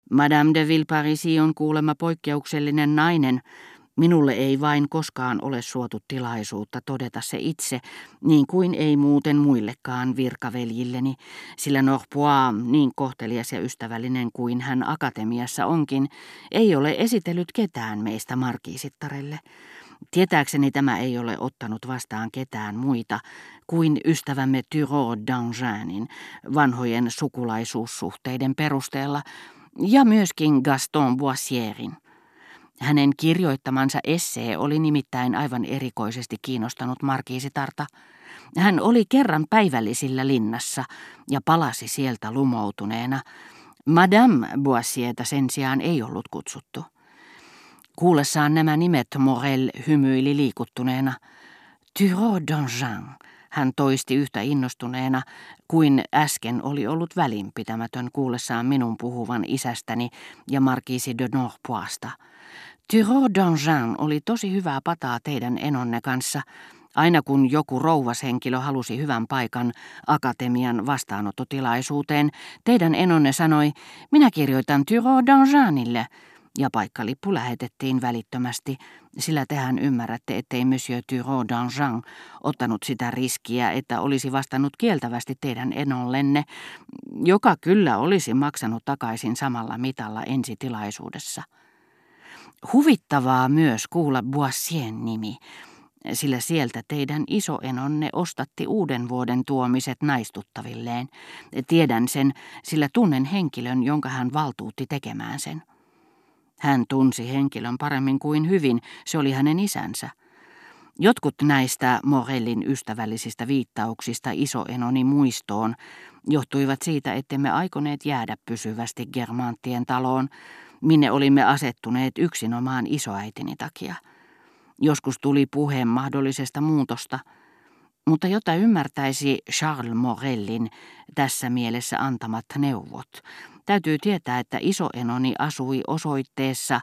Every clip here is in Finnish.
Madame de Villeparisis on kuulemma poikkeuksellinen nainen. Minulle ei vain koskaan ole suotu tilaisuutta todeta se itse, niin kuin ei muuten muillekaan virkaveljilleni, sillä Norpois, niin kohtelias ja ystävällinen kuin hän akatemiassa onkin, ei ole esitellyt ketään meistä markiisittarelle. Tietääkseni tämä ei ole ottanut vastaan ketään muita kuin ystävämme Thureau d'Angenin vanhojen sukulaisuussuhteiden perusteella ja myöskin Gaston Boissierin. Hänen kirjoittamansa essee oli nimittäin aivan erikoisesti kiinnostanut markiisitarta. Hän oli kerran päivällisillä linnassa ja palasi sieltä lumoutuneena. Madame Boissierta sen sijaan ei ollut kutsuttu. Kuullessaan nämä nimet Morel hymyili liikuttuneena. Thureau d'Angen, hän toisti yhtä innostuneena kuin äsken oli ollut välinpitämätön kuullessaan minun puhuvan isästäni ja markiisi de Norpoista. Thureau d'Angen oli tosi hyvää pataa teidän enonne kanssa. Aina kun joku rouvashenkilö halusi hyvän paikan akatemian vastaanottotilaisuuteen, teidän enonne sanoi, minä kirjoitan Thureau d'Angenille, ja paikkalippu lähetettiin välittömästi, sillä tehän ymmärrätte, ettei Monsieur Thureau d'Angen ottanut sitä riskiä, että olisi vastannut kieltävästi teidän enollenne, joka kyllä olisi maksanut takaisin samalla mitalla ensitilaisuudessa. Huvittavaa myös kuulla Boissien nimi, sillä sieltä teidän isoenonne ostatti uuden vuoden tuomiset naistuttavilleen. Tiedän sen, sillä tunnen henkilön, jonka hän valtuutti tekemään sen. Hän tunsi henkilön paremmin kuin hyvin, se oli hänen isänsä. Jotkut näistä Morellin ystävällisistä viittauksista isoenoni muistoon johtuivat siitä, ettemme aikoneet jäädä pysyvästi Germanttien taloon, minne olimme asettuneet yksinomaan isoäitini takia. Joskus tuli puhe mahdollisesta muutosta, mutta jotta ymmärtäisi Charles Morellin tässä mielessä antamat neuvot, täytyy tietää, että isoenoni asui osoitteessa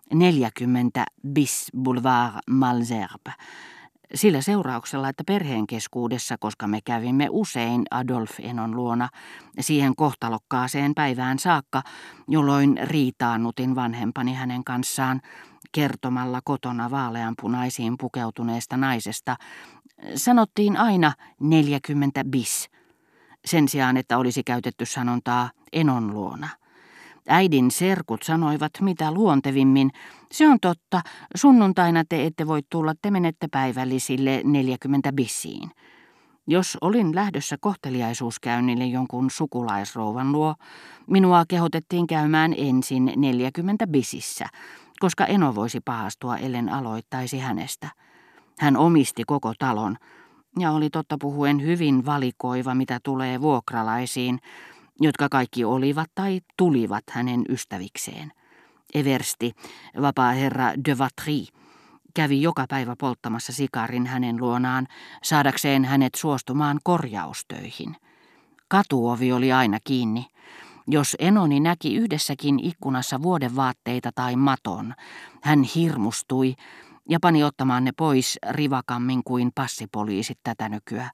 40 bis Boulevard Malesherbes, sillä seurauksella, että perheen keskuudessa, koska me kävimme usein Adolphe-enon luona siihen kohtalokkaaseen päivään saakka, jolloin riitaannutin vanhempani hänen kanssaan kertomalla kotona vaaleanpunaisiin pukeutuneesta naisesta, sanottiin aina 40 bis, sen sijaan, että olisi käytetty sanontaa enon luona. Äidin serkut sanoivat mitä luontevimmin, se on totta, sunnuntaina te ette voi tulla, te menette päivällisille 40 bissiin. Jos olin lähdössä kohteliaisuuskäynnille jonkun sukulaisrouvan luo, minua kehotettiin käymään ensin 40 bisissä, koska eno voisi pahastua, ellen aloittaisi hänestä. Hän omisti koko talon ja oli totta puhuen hyvin valikoiva, mitä tulee vuokralaisiin, jotka kaikki olivat tai tulivat hänen ystävikseen. Eversti, vapaa herra de Vatry, kävi joka päivä polttamassa sikarin hänen luonaan, saadakseen hänet suostumaan korjaustöihin. Katuovi oli aina kiinni. Jos enoni näki yhdessäkin ikkunassa vuodevaatteita tai maton, hän hirmustui ja pani ottamaan ne pois rivakammin kuin passipoliisit tätä nykyä.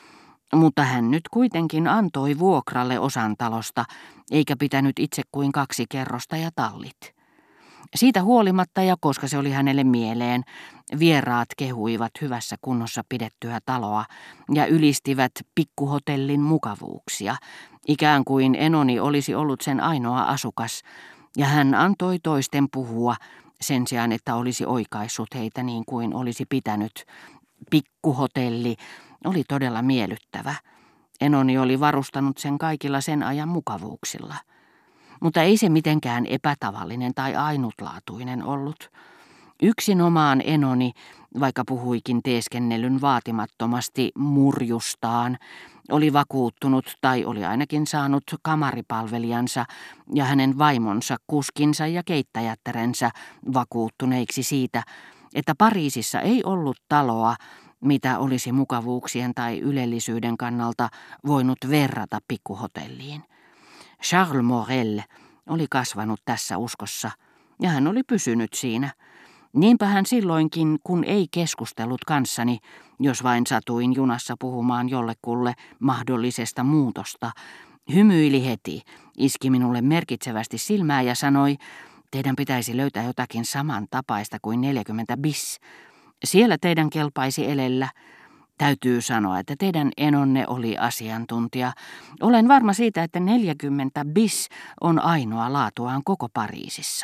Mutta hän nyt kuitenkin antoi vuokralle osan talosta, eikä pitänyt itse kuin 2 kerrosta ja tallit. Siitä huolimatta ja koska se oli hänelle mieleen, vieraat kehuivat hyvässä kunnossa pidettyä taloa ja ylistivät pikkuhotellin mukavuuksia, ikään kuin enoni olisi ollut sen ainoa asukas, ja hän antoi toisten puhua sen sijaan, että olisi oikaissut heitä niin kuin olisi pitänyt. Pikkuhotelli oli todella miellyttävä. Enoni oli varustanut sen kaikilla sen ajan mukavuuksilla. Mutta ei se mitenkään epätavallinen tai ainutlaatuinen ollut. Yksinomaan enoni, vaikka puhuikin teeskennellyn vaatimattomasti murjustaan, oli vakuuttunut tai oli ainakin saanut kamaripalvelijansa ja hänen vaimonsa, kuskinsa ja keittäjättärensä vakuuttuneiksi siitä, että Pariisissa ei ollut taloa, mitä olisi mukavuuksien tai ylellisyyden kannalta voinut verrata pikkuhotelliin. Charles Morel oli kasvanut tässä uskossa, ja hän oli pysynyt siinä. Niinpä hän silloinkin, kun ei keskustellut kanssani, jos vain satuin junassa puhumaan jollekulle mahdollisesta muutosta, Hymyili heti, iski minulle merkitsevästi silmää ja sanoi, teidän pitäisi löytää jotakin samantapaista kuin 40 bis. Siellä teidän kelpaisi elellä. Täytyy sanoa, että teidän enonne oli asiantuntija. Olen varma siitä, että 40 bis on ainoa laatuaan koko Pariisissa.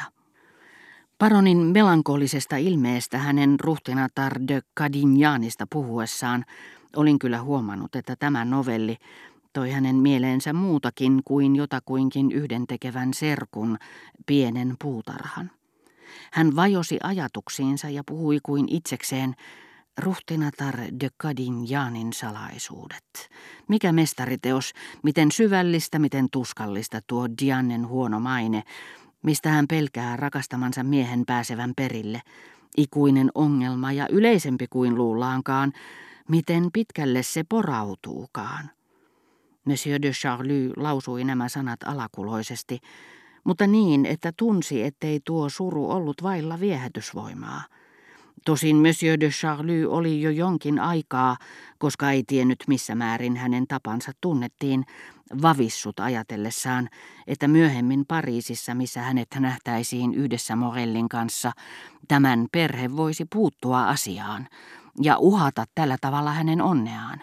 Baronin melankolisesta ilmeestä hänen ruhtinatar de Cadignaanista puhuessaan olin kyllä huomannut, että tämä novelli toi hänen mieleensä muutakin kuin jotakuinkin yhdentekevän serkun, pienen puutarhan. Hän vajosi ajatuksiinsa ja puhui kuin itsekseen, ruhtinatar de Cadignaanin salaisuudet. Mikä mestariteos, miten syvällistä, miten tuskallista tuo Diannen huono maine, mistä hän pelkää rakastamansa miehen pääsevän perille. Ikuinen ongelma ja yleisempi kuin luullaankaan, miten pitkälle se porautuukaan. Monsieur de Charlie lausui nämä sanat alakuloisesti, mutta niin, että tunsi, ettei tuo suru ollut vailla viehätysvoimaa. Tosin Monsieur de Charlie oli jo jonkin aikaa, koska ei tiennyt missä määrin hänen tapansa tunnettiin, vavissut ajatellessaan, että myöhemmin Pariisissa, missä hänet nähtäisiin yhdessä Morellin kanssa, tämän perhe voisi puuttua asiaan ja uhata tällä tavalla hänen onneaan.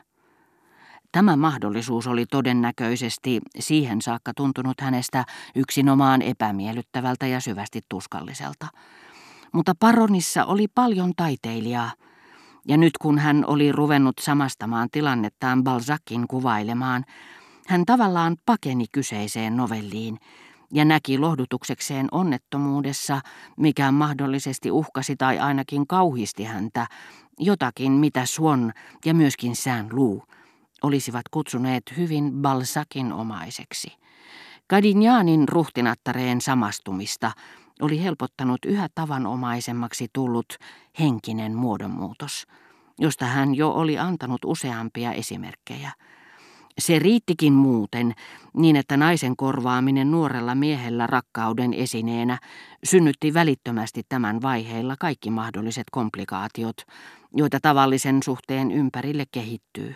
Tämä mahdollisuus oli todennäköisesti siihen saakka tuntunut hänestä yksinomaan epämiellyttävältä ja syvästi tuskalliselta. Mutta baronissa oli paljon taiteilijaa, ja nyt kun hän oli ruvennut samastamaan tilannettaan Balzacin kuvailemaan, hän tavallaan pakeni kyseiseen novelliin ja näki lohdutuksekseen onnettomuudessa, mikä mahdollisesti uhkasi tai ainakin kauhisti häntä, jotakin mitä Swann ja myöskin Saint-Loup olisivat kutsuneet hyvin Balzacin omaiseksi. Cadignaanin ruhtinattareen samastumista oli helpottanut yhä tavanomaisemmaksi tullut henkinen muodonmuutos, josta hän jo oli antanut useampia esimerkkejä. Se riittikin muuten, niin että naisen korvaaminen nuorella miehellä rakkauden esineenä synnytti välittömästi tämän vaiheilla kaikki mahdolliset komplikaatiot, joita tavallisen suhteen ympärille kehittyy.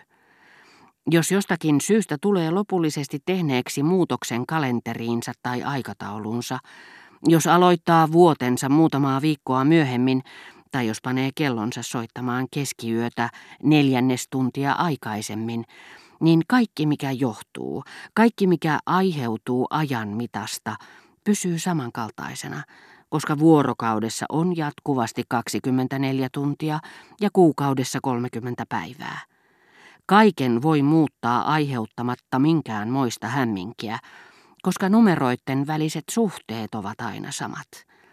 Jos jostakin syystä tulee lopullisesti tehneeksi muutoksen kalenteriinsa tai aikataulunsa, jos aloittaa vuotensa muutamaa viikkoa myöhemmin, tai jos panee kellonsa soittamaan keskiyötä 4 tuntia aikaisemmin, niin kaikki mikä johtuu, kaikki mikä aiheutuu ajan mitasta, pysyy samankaltaisena, koska vuorokaudessa on jatkuvasti 24 tuntia ja kuukaudessa 30 päivää. Kaiken voi muuttaa aiheuttamatta minkäänmoista hämminkiä, koska numeroiden väliset suhteet ovat aina samat.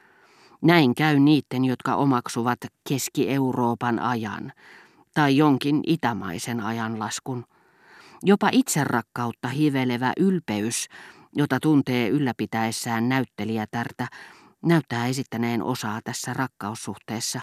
Näin käy niiden, jotka omaksuvat Keski-Euroopan ajan tai jonkin itämaisen ajanlaskun. Jopa itserakkautta hivelevä ylpeys, jota tuntee ylläpitäessään näyttelijätärtä, näyttää esittäneen osaa tässä rakkaussuhteessa.